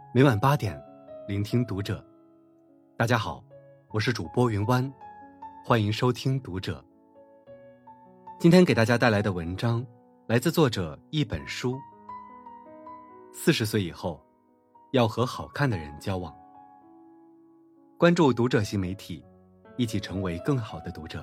每晚8点，聆听读者。大家好，我是主播云湾，欢迎收听读者。今天给大家带来的文章来自作者一本书。40岁以后，要和好看的人交往。关注读者新媒体，一起成为更好的读者。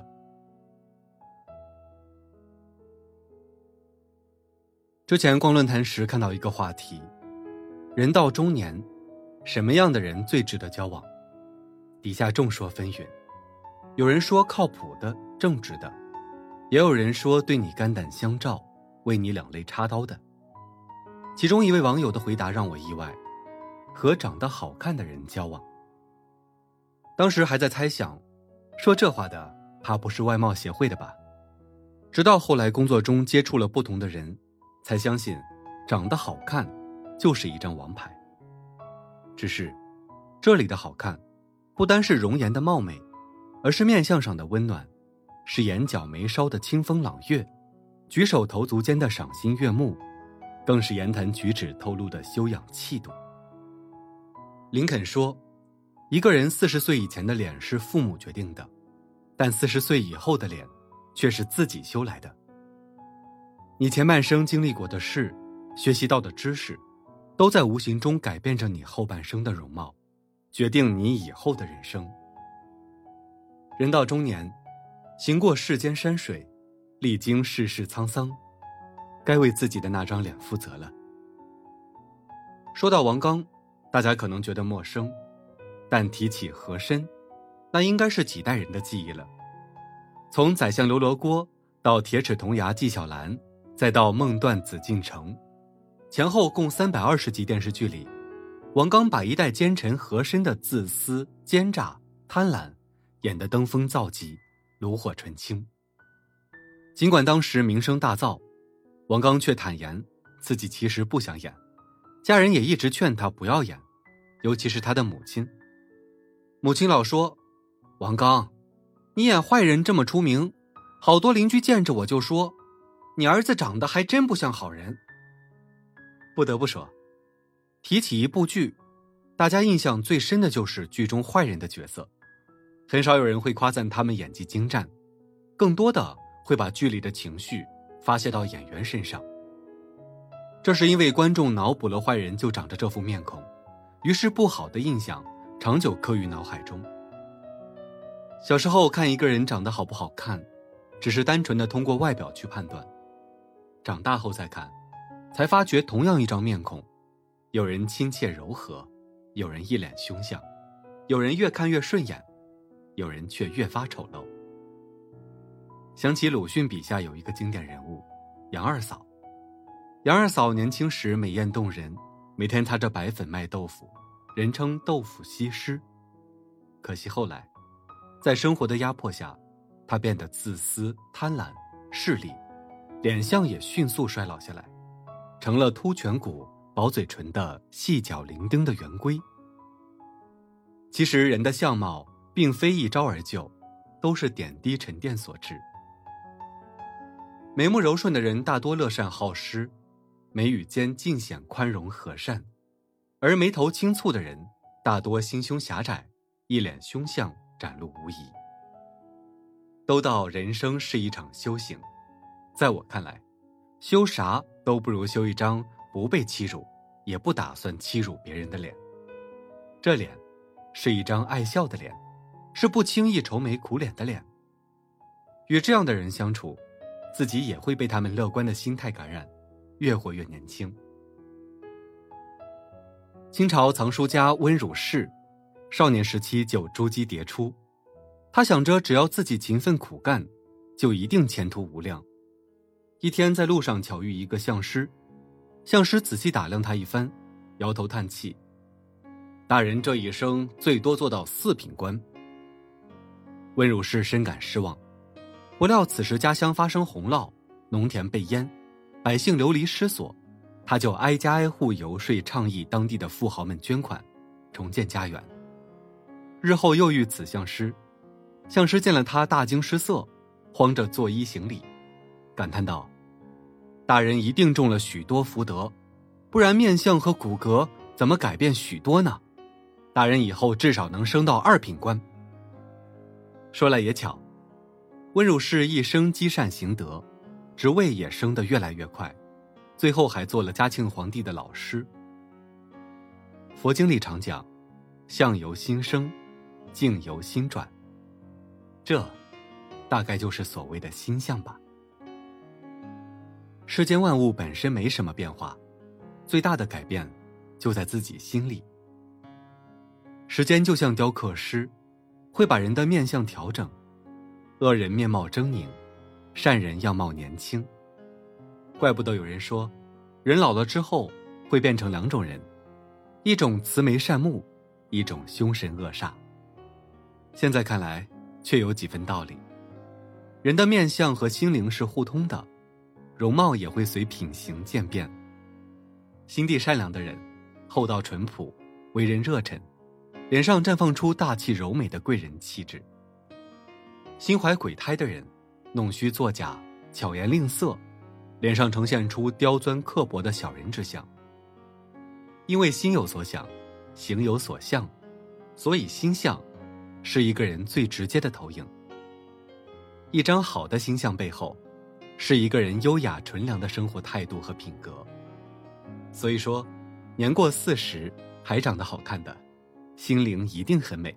之前逛论坛时看到一个话题，人到中年，什么样的人最值得交往？底下众说纷纭，有人说靠谱的、正直的，也有人说对你肝胆相照、为你两肋插刀的。其中一位网友的回答让我意外，和长得好看的人交往。当时还在猜想，说这话的怕不是外貌协会的吧？直到后来工作中接触了不同的人，才相信长得好看就是一张王牌。只是这里的好看不单是容颜的貌美，而是面相上的温暖，是眼角眉梢的清风朗月，举手投足间的赏心悦目，更是言谈举止透露的修养气度。林肯说，一个人40岁以前的脸是父母决定的，但40岁以后的脸却是自己修来的。你前半生经历过的事，学习到的知识，都在无形中改变着你后半生的容貌，决定你以后的人生。人到中年，行过世间山水，历经世事沧桑，该为自己的那张脸负责了。说到王刚，大家可能觉得陌生，但提起和珅，那应该是几代人的记忆了。从宰相刘罗锅到铁齿铜牙纪晓岚，再到梦断紫禁城，前后共320集电视剧里，王刚把一代奸臣和珅的自私、奸诈、贪婪演得登峰造极，炉火纯青。尽管当时名声大噪，王刚却坦言自己其实不想演，家人也一直劝他不要演，尤其是他的母亲。母亲老说，王刚，你演坏人这么出名，好多邻居见着我就说，你儿子长得还真不像好人。不得不说，提起一部剧，大家印象最深的就是剧中坏人的角色，很少有人会夸赞他们演技精湛，更多的会把剧里的情绪发泄到演员身上。这是因为观众脑补了坏人就长着这副面孔，于是不好的印象长久刻于脑海中。小时候看一个人长得好不好看，只是单纯的通过外表去判断，长大后再看，才发觉同样一张面孔，有人亲切柔和，有人一脸凶相，有人越看越顺眼，有人却越发丑陋。想起鲁迅笔下有一个经典人物杨二嫂。杨二嫂年轻时美艳动人，每天擦着白粉卖豆腐，人称豆腐西施。可惜后来在生活的压迫下，她变得自私、贪婪、势利，脸相也迅速衰老下来，成了凸颧骨、薄嘴唇的细脚伶仃的圆规。其实人的相貌并非一朝而就，都是点滴沉淀所致。眉目柔顺的人大多乐善好施，眉宇间尽显宽容和善，而眉头轻蹙的人大多心胸狭窄，一脸凶相展露无遗。都道人生是一场修行，在我看来，修啥都不如修一张不被欺辱，也不打算欺辱别人的脸。这脸是一张爱笑的脸，是不轻易愁眉苦脸的脸。与这样的人相处，自己也会被他们乐观的心态感染，越活越年轻。清朝藏书家温儒士，少年时期就珠玑迭出，他想着只要自己勤奋苦干，就一定前途无量。一天在路上巧遇一个相师，相师仔细打量他一番，摇头叹气，大人这一生最多做到4品官。温儒士深感失望，不料此时家乡发生洪涝，农田被淹，百姓流离失所，他就挨家挨户游说倡议当地的富豪们捐款，重建家园。日后又遇此相师，相师见了他大惊失色，慌着作揖行礼，感叹道，大人一定中了许多福德，不然面相和骨骼怎么改变许多呢？大人以后至少能升到2品官。说来也巧，温如是一生积善行德，职位也升得越来越快，最后还做了嘉庆皇帝的老师。佛经里常讲，相由心生，境由心转，这大概就是所谓的心相吧。世间万物本身没什么变化，最大的改变就在自己心里。时间就像雕刻师，会把人的面相调整，恶人面貌狰狞，善人样貌年轻。怪不得有人说，人老了之后会变成2种人，一种慈眉善目，一种凶神恶煞。现在看来却有几分道理。人的面相和心灵是互通的，容貌也会随品行渐变。心地善良的人，厚道淳朴，为人热忱，脸上绽放出大气柔美的贵人气质。心怀鬼胎的人，弄虚作假，巧言令色，脸上呈现出刁钻刻薄的小人之相。因为心有所想，行有所向，所以心相是一个人最直接的投影。一张好的心相背后，是一个人优雅纯良的生活态度和品格。所以说，年过40还长得好看的，心灵一定很美。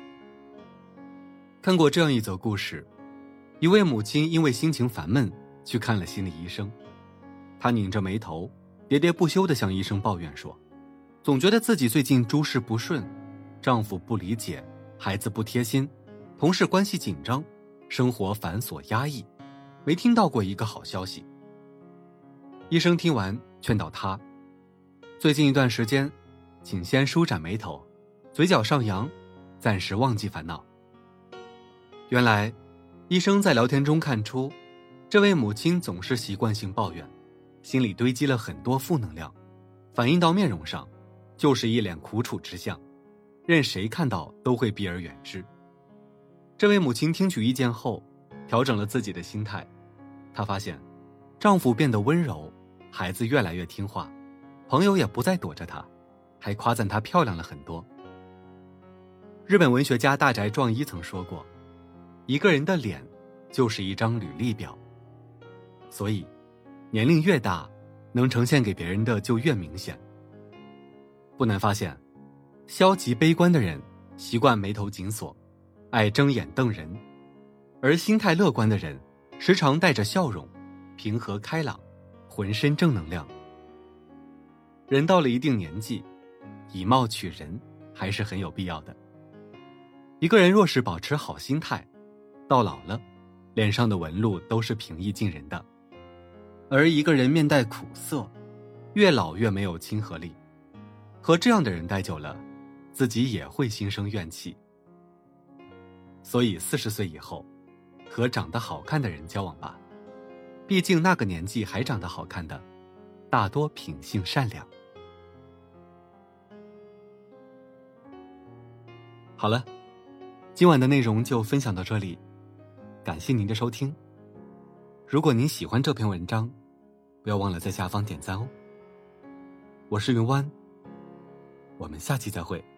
看过这样一则故事，一位母亲因为心情烦闷去看了心理医生。她拧着眉头，喋喋不休地向医生抱怨说，总觉得自己最近诸事不顺，丈夫不理解，孩子不贴心，同事关系紧张，生活繁琐压抑，没听到过一个好消息。医生听完劝导她，最近一段时间请先舒展眉头，嘴角上扬，暂时忘记烦恼。原来医生在聊天中看出，这位母亲总是习惯性抱怨，心里堆积了很多负能量，反映到面容上就是一脸苦楚之相，任谁看到都会避而远之。这位母亲听取意见后，调整了自己的心态。她发现丈夫变得温柔，孩子越来越听话，朋友也不再躲着她，还夸赞她漂亮了很多。日本文学家大宅壮一曾说过，一个人的脸就是一张履历表，所以年龄越大，能呈现给别人的就越明显。不难发现，消极悲观的人习惯眉头紧锁，爱睁眼瞪人，而心态乐观的人时常带着笑容，平和开朗，浑身正能量。人到了一定年纪，以貌取人还是很有必要的。一个人若是保持好心态，到老了，脸上的纹路都是平易近人的。而一个人面带苦涩，越老越没有亲和力，和这样的人待久了，自己也会心生怨气。所以40岁以后，和长得好看的人交往吧，毕竟那个年纪还长得好看的，大多品性善良。好了，今晚的内容就分享到这里，感谢您的收听。如果您喜欢这篇文章，不要忘了在下方点赞哦。我是云湾，我们下期再会。